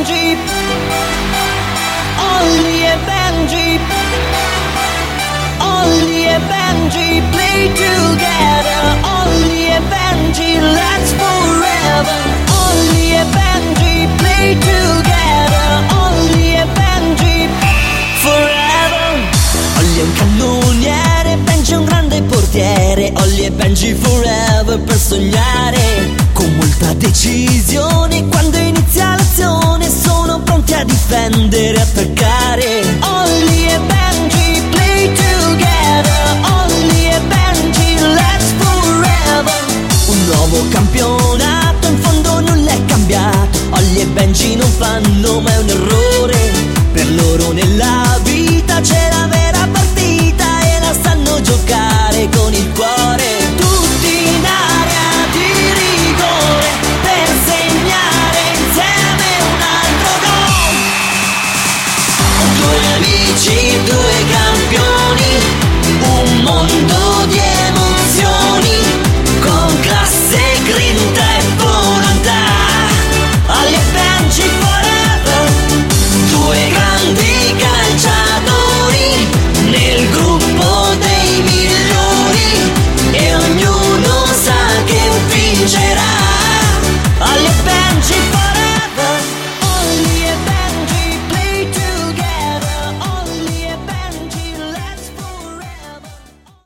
Benji, Ollie e Benji, Ollie e Benji, play together. Ollie e Benji, let's forever. Ollie e Benji, play together. Ollie e Benji, forever. Ollie è un cannoniere, Benji è un grande portiere. Ollie e Benji forever per sognare. Con molta decisione, quando inizia l'azione, sono pronti a difendere e attaccare. Ollie e Benji, play together. Ollie e Benji, let's forever. Un nuovo campionato, in fondo nulla è cambiato. Ollie e Benji non fanno mai un errore.